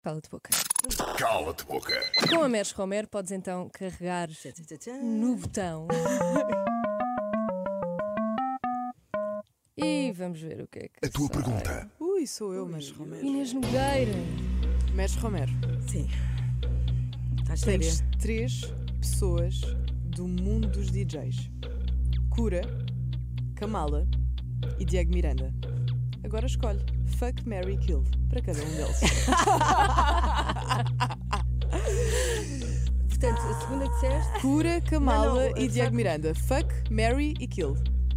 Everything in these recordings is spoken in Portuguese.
Cala-te boca. Cala-te boca. Com a Mersh Romero podes então carregar no botão e vamos ver o que é que A tua sai. pergunta. Ui, sou eu, Mersh Romero. Inês Nogueira. Mersh Romero. Sim. Estás séria? Tens 3 pessoas do mundo dos DJs: Cura, Kamala e Diego Miranda. Agora escolhe Fuck, Marry, Kill para cada um deles. Portanto, a segunda que disseste. Cura, Kamala Não, e Diego fuck- Miranda. Fuck, Marry e Kill.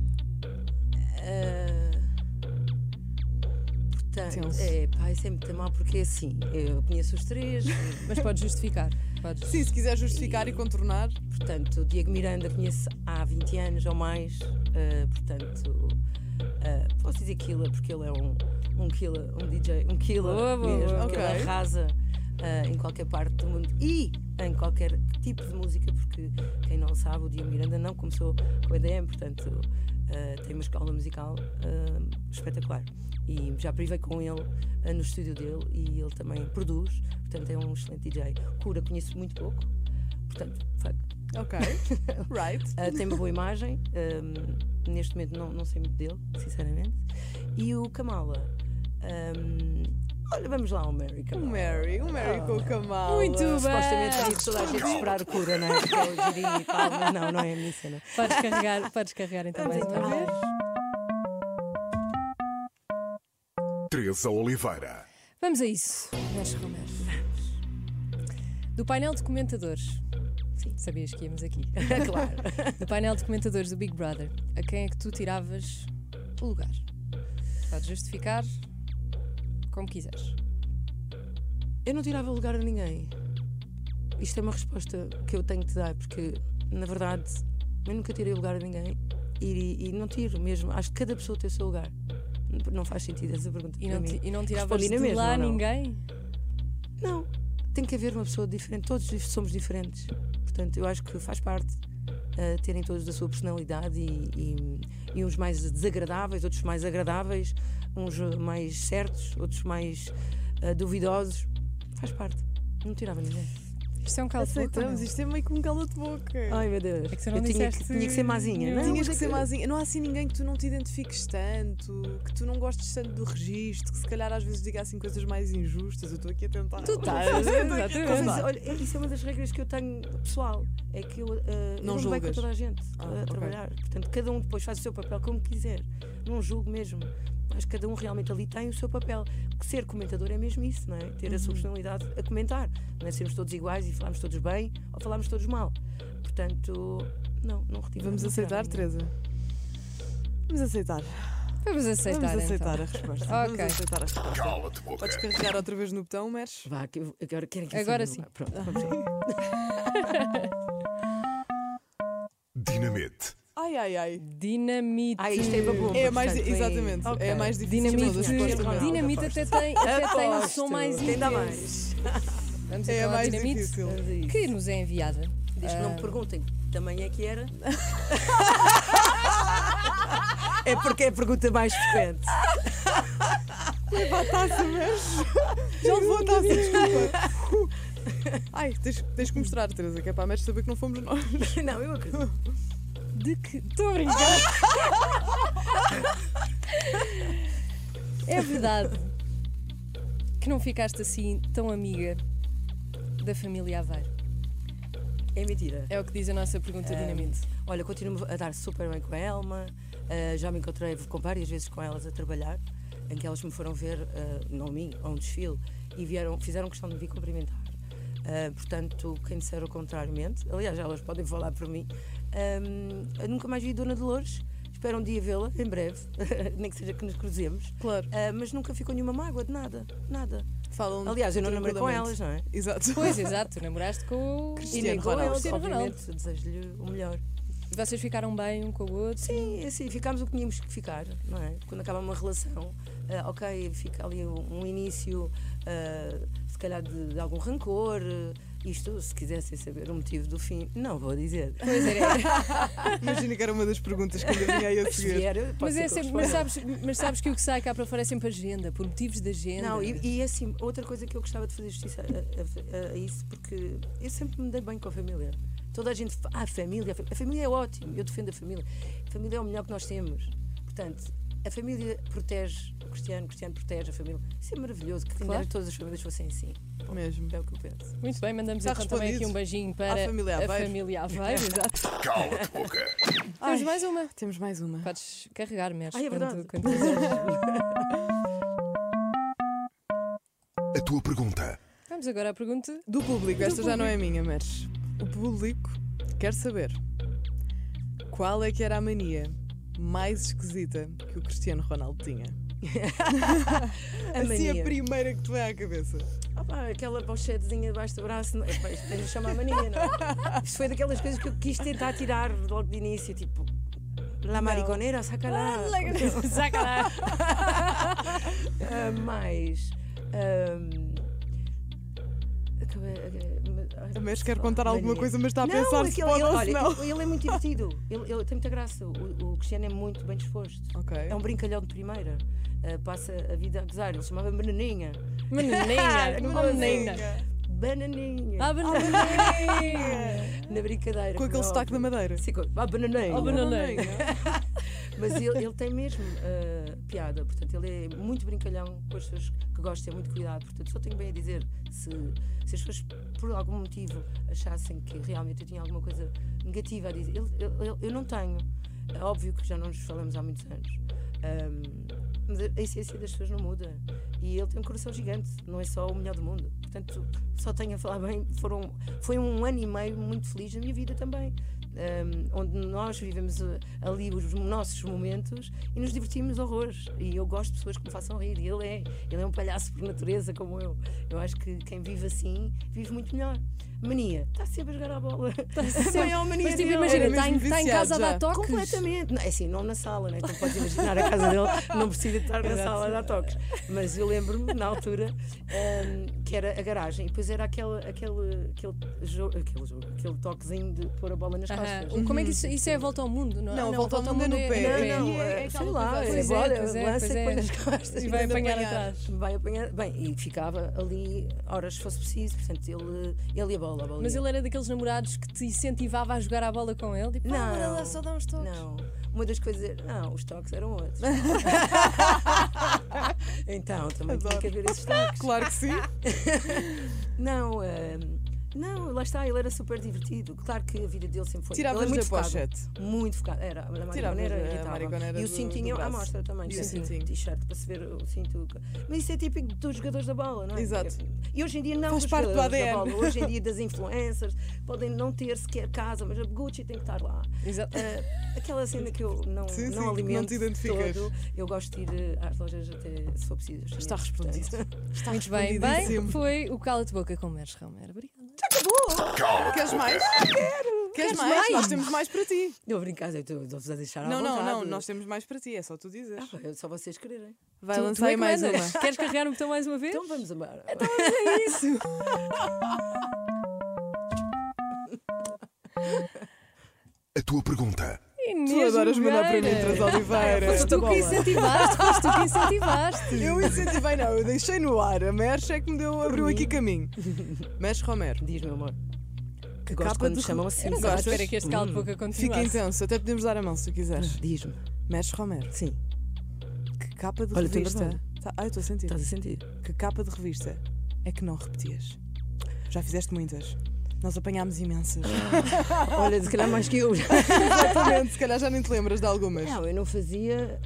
Portanto, Tenso. isso é muito mal porque é assim. Eu conheço os três. Mas podes justificar. Podes. Sim, se quiser justificar e contornar. Portanto, o Diego Miranda conheço há 20 anos ou mais. Portanto, posso dizer killer porque ele é um killer, um DJ, um killer Boa, boa, mesmo. boa. Que ele Ok. arrasa em qualquer parte do mundo e em qualquer tipo de música, porque quem não sabe, o Diego Miranda não começou com EDM, portanto tem uma escola musical espetacular. E já privei com ele no estúdio dele e ele também produz, portanto é um excelente DJ. Cura conheço muito pouco, portanto, fuck. Ok. Right. Tem uma boa imagem, neste momento não sei muito dele, sinceramente. E o Kamala, olha, vamos lá, o Mary Kamala. Um Mary com o Kamala. Muito bem. Supostamente teria toda a gente esperar o Cura, não é? Porque é o girinho e tal, mas não é a minha cena. Podes carregar então mais uma vez. Teresa Oliveira. Vamos a isso, Mersh Romero. Do painel de comentadores. Sim. Sabias que íamos aqui. Claro. Do painel de comentadores do Big Brother, a quem é que tu tiravas o lugar? Podes justificar como quiseres. Eu não tirava lugar a ninguém. Isto é uma resposta que eu tenho que te dar, porque, na verdade, eu nunca tirei lugar a ninguém e não tiro mesmo. Acho que cada pessoa tem o seu lugar. Não faz sentido essa pergunta E para não, mim. e não tiravas Respondi na de mesma, lá ou não? ninguém? Não, tem que haver uma pessoa diferente. Todos somos diferentes. Portanto, eu acho que faz parte terem todos da sua personalidade e uns mais desagradáveis, outros mais agradáveis, uns mais certos, outros mais duvidosos. Faz parte. Não tirava ninguém. Isto é um calo de boca. Aceitamos, isto é meio que um cala-de-boca. Ai, meu Deus. É que você não eu tinha disseste- que ser mazinha. Não, Tinhas mas que é ser mazinha. Não há assim ninguém que tu não te identifiques tanto, que tu não gostes tanto do registro, que se calhar às vezes diga assim coisas mais injustas. Eu estou aqui a tentar. Tu estás, Mas, exatamente. olha, isso é uma das regras que eu tenho pessoal. É que eu Não não julgo com julgas. toda a gente Ah, a ok. trabalhar. Portanto, cada um depois faz o seu papel como quiser. Não julgo mesmo. Acho que cada um realmente ali tem o seu papel. Que ser comentador é mesmo isso, não é? Ter a sua personalidade a comentar. Não é sermos todos iguais e falarmos todos bem ou falarmos todos mal. Portanto, não retiro. Vamos não aceitar, tirava ninguém. Teresa? Vamos aceitar. Vamos aceitar, Vamos aceitar então. a resposta. Ok. Vamos aceitar a resposta. Cala-te boca. Podes carregar outra vez no botão, Meres? Vá, que agora querem que Agora acenda sim. um- Pronto, vamos lá. Dinamite. Ai. Dinamite. Isto é uma bomba. É a mais, portanto, exatamente. Ok. É a mais difícil de Dinamite, todas, supostamente. Dinamite até tem um Aposto. som mais intenso. Ainda mais. Vamos É a então à mais Dinamite, difícil. Vamos a isso. que nos é enviada. Diz que não me perguntem que tamanho é que era. É porque é a pergunta mais frequente. Leva a taça, Meres. Já levou a taça, desculpa. Ai, tens que mostrar, Teresa, que é para a Meres saber que não fomos nós. Não, eu acredito. De que. Estou a brincar. É verdade que não ficaste assim tão amiga da família Aveiro. É mentira. É o que diz a nossa pergunta Dinamite. Olha, continuo a dar super bem com a Elma. Já me encontrei com várias vezes com elas a trabalhar, em que elas me foram ver, não a mim, a um desfile, e fizeram questão de me vir cumprimentar. Portanto, quem disser o contrário mente. Aliás, elas podem falar por mim. Eu nunca mais vi a Dona Dolores. Espero um dia vê-la, em breve, nem que seja que nos cruzemos. Claro. Mas nunca ficou nenhuma mágoa de nada, nada. Falam Aliás, eu não namorei com tranquilamente. elas, não é? Exato. Pois, exato, tu namoraste com o Cristiano E nem com Ronaldo. eles, Cristiano Ronaldo. obviamente. Desejo-lhe o melhor. E vocês ficaram bem um com o outro? Sim, assim, ficámos o que tínhamos que ficar, não é? Quando acaba uma relação, ok, fica ali um início, se calhar de algum rancor, Isto, se quisessem saber o motivo do fim, não vou dizer. Pois é. Imagina que era uma das perguntas que ainda vinha aí a Se seguir. vier, pode Mas, ser é que eu sempre, mas, responda. sabes que o que sai cá para fora é sempre agenda, por motivos de agenda. Não, e assim, outra coisa que eu gostava de fazer justiça a isso, porque eu sempre me dei bem com a família. Toda a gente fala, a família é ótimo, eu defendo a família. A família é o melhor que nós temos. Portanto, a família protege o Cristiano protege a família. Isso é maravilhoso, que Claro. todas as famílias fossem assim. Mesmo. É o que eu penso. Muito bem, mandamos Está então também aqui respondido. um beijinho para À família Aveiro. a família Aveiro. Exato. Cala-te boca. Temos mais uma. Temos mais uma. Podes carregar, Meres, Ai, é verdade. quando quiseres. A tua pergunta. Vamos agora à pergunta. Do público, esta já não é minha, mas o público quer saber qual é que era a mania mais esquisita que o Cristiano Ronaldo tinha. A Assim mania. a primeira que te vai à cabeça. Aquela pochetezinha debaixo do braço, não, isto tem de chamar mania, não é? Isto foi daquelas coisas que eu quis tentar tirar logo de início, tipo, la mariconera, saca lá. Saca lá. Mas. A Meres quer contar alguma coisa, mas está a pensar se aquele- pode ou se olha, não. ele é muito divertido. Ele tem muita graça. O Cristiano é muito bem disposto. Ok. É um brincalhão de primeira. Passa a vida a gozar. Ele se chamava Bananinha. Menininha, Não uma vou menina. Bananinha. Ah, bananinha. Na brincadeira. Com aquele como é sotaque da óbvio. Madeira. Sim, Bananinha. Oh, bananinha. Mas ele tem mesmo piada, portanto, ele é muito brincalhão com as pessoas que gostam, é muito cuidado. Portanto, só tenho bem a dizer, se as pessoas por algum motivo achassem que realmente eu tinha alguma coisa negativa a dizer, eu não tenho. É óbvio que já não nos falamos há muitos anos. Mas a essência das pessoas não muda. E ele tem um coração gigante, não é só o melhor do mundo. Portanto, só tenho a falar bem. Foi um ano e meio muito feliz na minha vida também. Onde nós vivemos ali os nossos momentos e nos divertimos horrores. E eu gosto de pessoas que me façam rir. E ele é um palhaço por natureza, como eu. Eu acho que quem vive assim vive muito melhor. Mania, está sempre a jogar a bola. A maior mania Mas tipo, dele. imagina, Era está mesmo em casa a viciado dar já. toques. Completamente. Não, é assim, não na sala, né? Como podes imaginar, a casa dele não precisa de estar na Exato. sala a dar toques. Mas eu lembro-me, na altura, que era a garagem e depois era aquele toquezinho de pôr a bola nas Aham. costas. Como é que isso é a volta ao mundo? Não, a volta ao mundo é no pé. Não, é sei aquela lá, coisa Pois a é, bola, pois é, lança pois e é. põe nas costas. E vai Tenta apanhar apanhar. atrás. Vai apanhar, bem, e ficava ali horas se fosse preciso, portanto ele e a bola. Mas ele era daqueles namorados que te incentivava a jogar a bola com ele? Tipo, Não. bora lá, só dá uns toques. Não, uma das coisas. Não, os toques eram outros. Então, também tinha que haver esses toques. Claro que sim. Não, não, lá está, ele era super divertido. Claro que a vida dele sempre foi. Tiravas ele é muito da focado, pochete. Muito focado. Era a Tiravas mariconeira a irritava. mariconeira E o do- cintinho do à braço. mostra também. E o sim, cintinho. T-shirt para se ver o cinto. Mas isso é típico dos jogadores da bola, não é? Exato. E hoje em dia não Faz dos parte do jogadores da ADN. bola. Hoje em dia das influencers podem não ter sequer casa, mas a Gucci tem que estar lá. Exato. Aquela cena que eu não, Sim, sim, que não não alimento te identificas. todo, eu gosto de ir às lojas até se for preciso. Está respondido. Está Muito bem, respondidíssimo. foi o Cala-te Boca com Meres Romero. Obrigada. Queres mais? Queres mais? mais? Nós temos mais para ti. Eu vou brincar, eu estou-vos a deixar à Não, vontade. não, nós temos mais para ti, é só tu dizeres. É só vocês quererem. Vai Tu lançar é aí que mais mandas. uma. Queres carregar no botão mais uma vez? Então vamos embora. É isso. A tua pergunta. Tu adoras mandar para mim, Tras Oliveira. Foste tu que incentivaste, foste tu que incentivaste. Eu incentivei, não, eu deixei no ar. A Meres é que me deu, abriu aqui caminho. Meres Romero. Diz, meu amor. Que Gosto capa quando de me chamam assim. Eu não estava à Gostas? espera que este Cala-te Boca Fica continuasse. intenso, até podemos dar a mão se tu quiseres. Diz-me. Meres Romero. Sim. Que capa de Olha, estou revista. nervosa. Eu estou a sentir. Estás a sentir? Que capa de revista é que não repetias? Já fizeste muitas. Nós apanhámos imensas. Olha, se calhar mais que eu. Exatamente, se calhar já nem te lembras de algumas. Não, eu não fazia.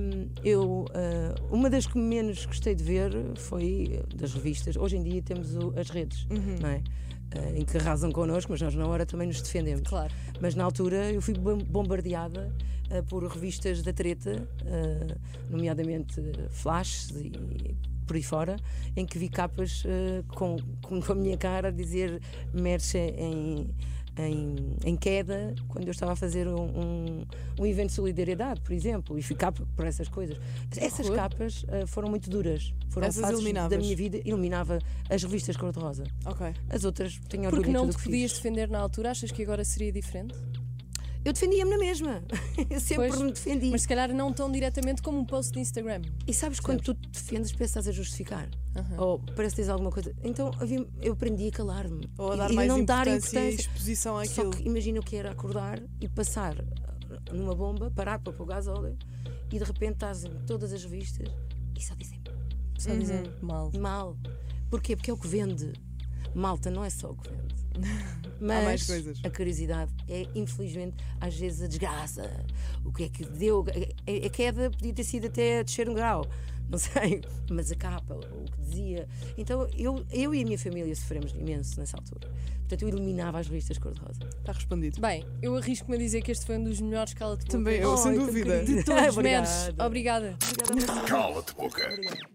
Uma das que menos gostei de ver foi das revistas. Hoje em dia temos as redes, não é? Em que arrasam connosco, mas nós na hora também nos defendemos. Claro. Mas na altura eu fui bombardeada por revistas da treta, nomeadamente Flash e por aí fora, em que vi capas com a minha cara a dizer Merche em queda quando eu estava a fazer um evento de solidariedade, por exemplo, e ficar por essas coisas. Essas capas foram muito duras. Foram Essas fases eliminavas? da minha vida. Eliminava as revistas cor-de-rosa. Ok. As outras tenho orgulho Porque em não tudo te o que podias fiz. defender na altura? Achas que agora seria diferente? Eu defendia-me na mesma. Eu sempre Pois, me defendi. Mas se calhar não tão diretamente como um post de Instagram. E sabes quando tu te defendes, parece que estás a justificar. Aham. Ou parece que tens alguma coisa. Então eu aprendi a calar-me. Ou a dar e mais não dar importância e importância. exposição Só àquilo. que imagina o que era acordar e passar numa bomba, parar para pôr gás óleo e de repente estás em todas as revistas e só dizem Só dizem mal. mal. Porquê? Porque é o que vende. Malta não é só o que vende. Mas mais coisas. a curiosidade é, infelizmente, às vezes a desgraça. O que é que deu? A queda podia ter sido até a descer um grau. Não sei. Mas a capa, o que dizia. Então eu e a minha família sofremos imenso nessa altura. Portanto, eu eliminava as revistas cor-de-rosa. Está respondido. Bem, eu arrisco-me a dizer que este foi um dos melhores cala-te-bocas Também eu, sem Ai, tão dúvida. querido. de todos, Obrigada. Meres. Obrigada. Cala-te boca. Obrigada.